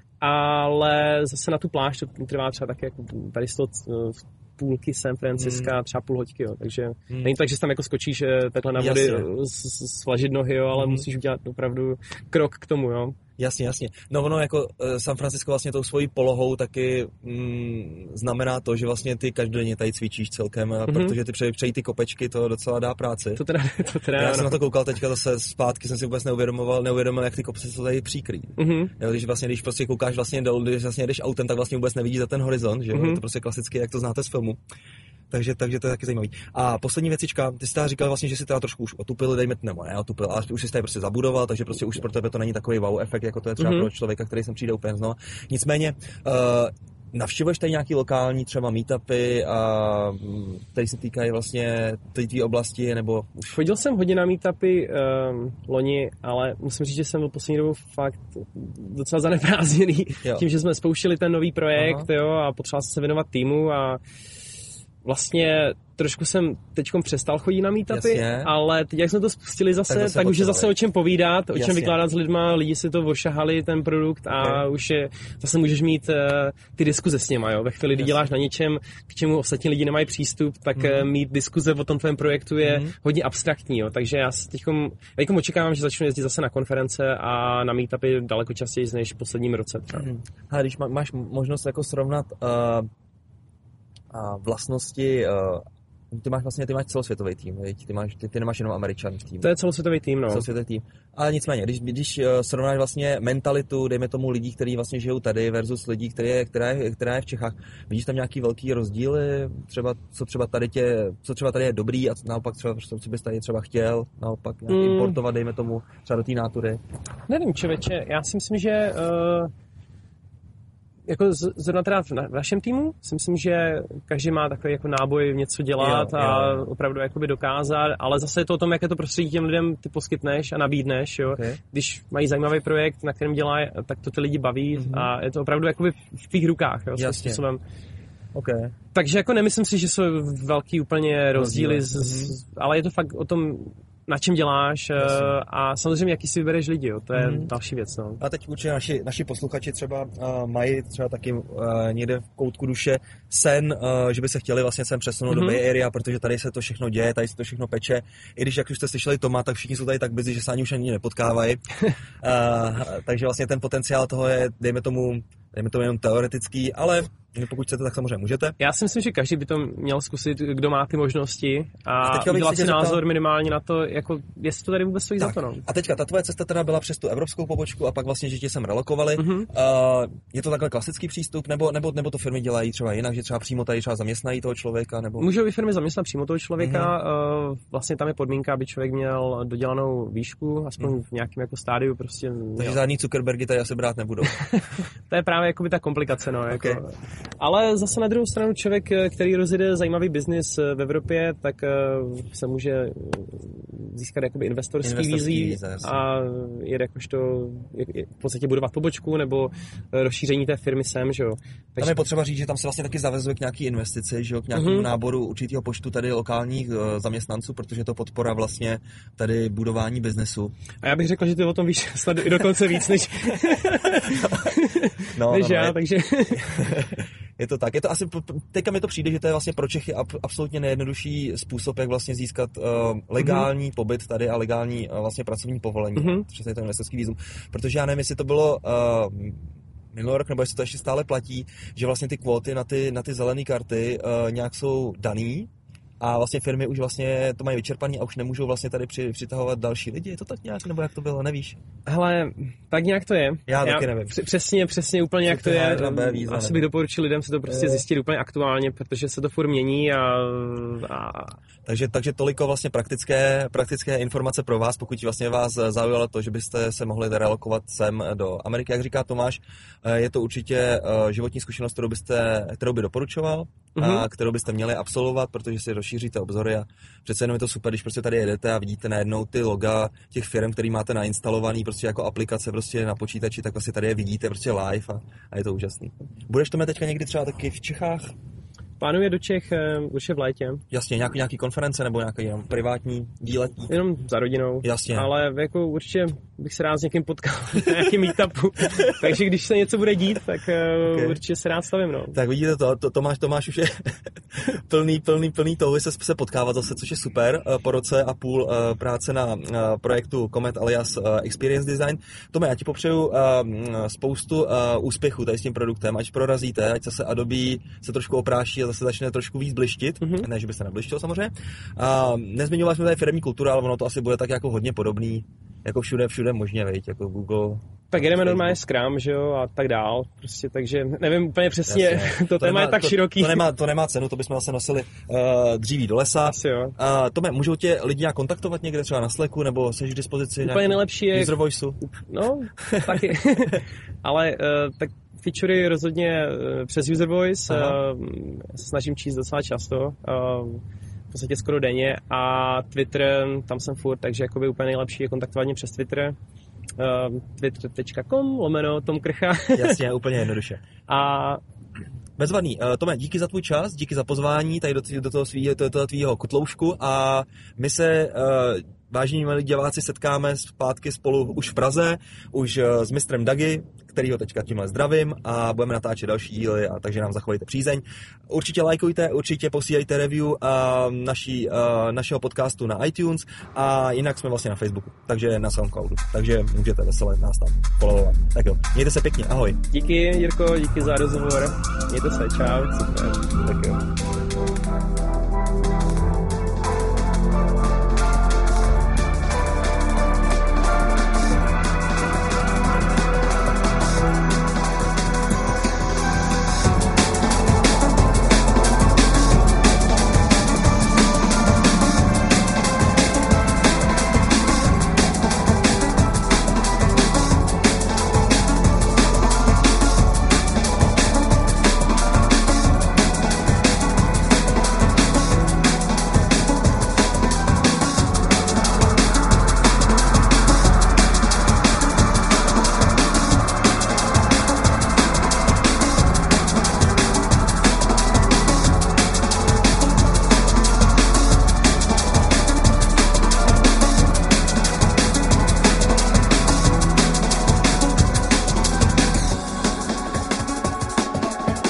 B: Ale zase na tu pláž to trvá třeba taky jako tady z toho půlky San Francisca, mm. třeba půl hoďky, jo. Takže mm. není tak, že tam jako skočíš takhle na vody, svlažit nohy, jo, ale mm. musíš udělat opravdu krok k tomu, jo.
A: Jasně, jasně. No ono jako San Francisco vlastně tou svojí polohou taky mm, znamená to, že vlastně ty každodenně tady cvičíš celkem, mm-hmm. protože ty přeji, přeji ty kopečky, to docela dá práci.
B: To teda, to teda
A: Já
B: ano.
A: jsem na to koukal teďka zase zpátky, jsem si vůbec neuvědomoval, neuvědomil, jak ty kopce jsou tady příkrý. Mm-hmm. Jo, když vlastně, když prostě koukáš vlastně dolů, když vlastně jdeš autem, tak vlastně vůbec nevidíš za ten horizont, že jo, mm-hmm. to prostě klasicky, jak to znáte z filmu. Takže, takže to je taky zajímavý. A poslední věcička, ty jsi teda říkal vlastně, že si teda trošku už otupil, dejme, nebo ne otupil, ale už jsi tady prostě zabudoval, takže prostě už pro tebe to není takový wow efekt, jako to je třeba mm-hmm. pro člověka, který sem přijde úplně znova. Nicméně, uh, navštěvuješ tady nějaký lokální třeba meetupy, a tady se týkají vlastně té oblasti, nebo už...
B: Chodil jsem hodně na meetupy um, loni, ale musím říct, že jsem byl poslední dobou fakt docela zaneprázdněný tím, že jsme spouštěli ten nový projekt, jo, a potřeboval jsem se věnovat týmu a vlastně trošku jsem teďkom přestal chodit na meetupy, Jasně. ale teď, jak jsme to spustili zase, tak, tak už je zase o čem povídat, o čem Jasně. vykládat s lidma, lidi si to ošahali, ten produkt a okay. už je, zase můžeš mít uh, ty diskuze s něma, jo. Ve chvíli, kdy děláš na něčem, k čemu ostatní lidi nemají přístup, tak mm. uh, mít diskuze o tom tvém projektu je mm. hodně abstraktní, jo. Takže já teďkom, teďkom očekávám, že začnu jezdit zase na konference a na meetupy daleko častěji než v posledním roce.
A: Mm. A když má, máš možnost jako srovnat uh... a vlastnosti, uh, ty máš vlastně, ty máš celosvětový tým, ty, máš, ty, ty nemáš jenom Američan v týmu.
B: To je celosvětový tým, no.
A: Celosvětový tým. Ale nicméně, když, když uh, srovnáš vlastně mentalitu, dejme tomu lidí, kteří vlastně žijou tady versus lidí, který je, která, je, která je v Čechách, vidíš tam nějaký velký rozdíly, třeba, co třeba tady tě, co třeba tady je dobrý a naopak třeba, co bys tady třeba chtěl, naopak nějak mm. importovat, dejme tomu, třeba do té nátury?
B: Nevím, člověče, já si myslím, že uh... jako zrovna teda v našem týmu si myslím, že každý má takový jako náboj něco dělat jo, a jo. opravdu jakoby dokázat, ale zase je to o tom, jaké to prostředí těm lidem ty poskytneš a nabídneš, jo. Okay. Když mají zajímavý projekt, na kterém dělají, tak to ty lidi baví mm-hmm. a je to opravdu jakoby v tvých rukách, jo, s způsobem.
A: Okay.
B: Takže jako nemyslím si, že jsou velký úplně rozdíly, z, z, ale je to fakt o tom, na čem děláš Jasně. a samozřejmě, jaký si vybereš lidi, jo, to je mm. další věc. No.
A: A teď určitě naši, naši posluchači třeba uh, mají třeba taky uh, někde v koutku duše sen, uh, že by se chtěli vlastně sem přesunout mm-hmm. do Bay Area, protože tady se to všechno děje, tady se to všechno peče. I když, jak už jste slyšeli Toma, tak všichni jsou tady tak busy, že se ani už ani nepotkávají. uh, takže vlastně ten potenciál toho je, dejme tomu, dejme tomu jenom teoretický, ale pokud chcete, tak samozřejmě můžete.
B: Já si myslím, že každý by to měl zkusit, kdo má ty možnosti a, a udělat si názor zeptal... minimálně na to, jako, jestli to tady vůbec stojí tak. za to. No.
A: A teďka, ta tvoje cesta teda byla přes tu evropskou pobočku a pak vlastně, že tě sem relokovali. Mm-hmm. Uh, je to takhle klasický přístup, nebo, nebo, nebo to firmy dělají třeba jinak, že třeba přímo tady třeba zaměstnají toho člověka? Nebo...
B: Můžou i firmy zaměstnat přímo toho člověka. Mm-hmm. Uh, vlastně tam je podmínka, aby člověk měl dodělanou výšku, aspoň mm. v nějakém jako stádiu. Prostě,
A: Takže žádný Zuckerbergy tady asi brát nebudou.
B: To je právě jakoby ta komplikace. No, jako.
A: Okay.
B: Ale zase na druhou stranu člověk, který rozjede zajímavý biznis v Evropě, tak se může získat jakoby investorský, investorský vízí a je jakožto v podstatě budovat pobočku nebo rozšíření té firmy sem, že jo.
A: Takže... Tam je potřeba říct, že tam se vlastně taky zavezuje k nějaký investici, že jo, k nějakému mm-hmm. náboru určitého počtu tady lokálních zaměstnanců, protože to podpora vlastně tady budování biznesu.
B: A já bych řekl, že ty o tom víš snad i dokonce víc než,
A: no,
B: než
A: no,
B: já,
A: no,
B: takže...
A: Je to tak. Je to asi, teďka mi to přijde, že to je vlastně pro Čechy absolutně nejjednodušší způsob, jak vlastně získat uh, legální mm-hmm. pobyt tady a legální uh, vlastně pracovní povolení, mm-hmm. což je to investorský vízum. Protože já nevím, jestli to bylo uh, minulý rok, nebo jestli to ještě stále platí, že vlastně ty kvóty na ty, na ty zelené karty uh, nějak jsou daný. A vlastně firmy už vlastně to mají vyčerpaný a už nemůžou vlastně tady při, přitahovat další lidi. Je to tak nějak, nebo jak to bylo, nevíš?
B: Hele, tak nějak to je.
A: Já, Já taky nevím.
B: Přesně, přesně úplně jak to je.
A: Víza,
B: Asi bych doporučil lidem si to prostě je. zjistit úplně aktuálně, protože se to furt mění a... a...
A: Takže, takže toliko vlastně praktické, praktické informace pro vás, pokud vlastně vás zaujalo to, že byste se mohli relokovat sem do Ameriky. Jak říká Tomáš, je to určitě životní zkušenost, kterou byste, kterou by doporučoval, mm-hmm. a kterou byste měli absolvovat, protože si rozšíříte obzory a přece jenom je to super, když prostě tady jedete a vidíte najednou ty loga těch firm, který máte nainstalovaný prostě jako aplikace prostě na počítači, tak vlastně tady je vidíte prostě live a, a je to úžasný. Budeš to mít teďka někdy třeba taky v Čechách?
B: Plánuje do Čech určitě v létě.
A: Jasně, nějaký, nějaký konference nebo nějaký jenom privátní výletní?
B: Jenom za rodinou.
A: Jasně.
B: Ale jako určitě bych se rád s někým potkal na nějakým meetupu. Takže když se něco bude dít, tak okay. určitě se rád stavím. No.
A: Tak vidíte to, to Tomáš, Tomáš už je plný, plný, plný touhy se, se potkávat zase, což je super. Po roce a půl práce na projektu Comet alias Experience Design. Tome, já ti popřeju spoustu úspěchů tady s tím produktem, ať prorazíte, ať zase Adobe se trošku opráší a zase začne trošku víc blištit, mm-hmm. ne, že by se neblištil samozřejmě. A nezmiňovali jsme tady firemní kulturu, ale ono to asi bude tak jako hodně podobný, jako všude, všude možně, veď, jako Google.
B: Tak jedeme normálně Scrum, že jo, a tak dál, prostě, takže nevím úplně přesně, Jasně. to, to téma nemá, je tak
A: to,
B: široký.
A: To nemá, to nemá cenu, to bychom zase nosili uh, dříví do lesa.
B: Asi jo.
A: Uh, Tome, můžou tě lidi nějak kontaktovat někde třeba na Slacku, nebo jsi k dispozici
B: úplně nejlepší je...
A: user voiceu?
B: No, taky, ale uh, tak featurey rozhodně uh, přes user voice, uh, snažím číst docela často, uh, v podstatě skoro denně, a Twitter, tam jsem furt, takže jakoby úplně nejlepší je kontaktovat mě přes Twitter. Uh, twitter tečka com lomeno Tom Krcha.
A: Jasně, úplně jednoduše.
B: A
A: bezvadný. Uh, Tome, díky za tvůj čas, díky za pozvání tady do, do toho svýho, do toho tvýho kutloušku a my se, uh, vážení milí diváci, setkáme zpátky spolu už v Praze, už uh, s mistrem Dagi, kterýho teďka tímhle zdravím a budeme natáčet další díly, a takže nám zachovejte přízeň. Určitě lajkujte, určitě posílejte review uh, naší, uh, našeho podcastu na iTunes a jinak jsme vlastně na Facebooku, takže na SoundCloudu, takže můžete veselé nás tam followovat. Tak jo, mějte se pěkně, ahoj.
B: Díky Jirko, díky za rozhovor, mějte se, čau, super, tak jo.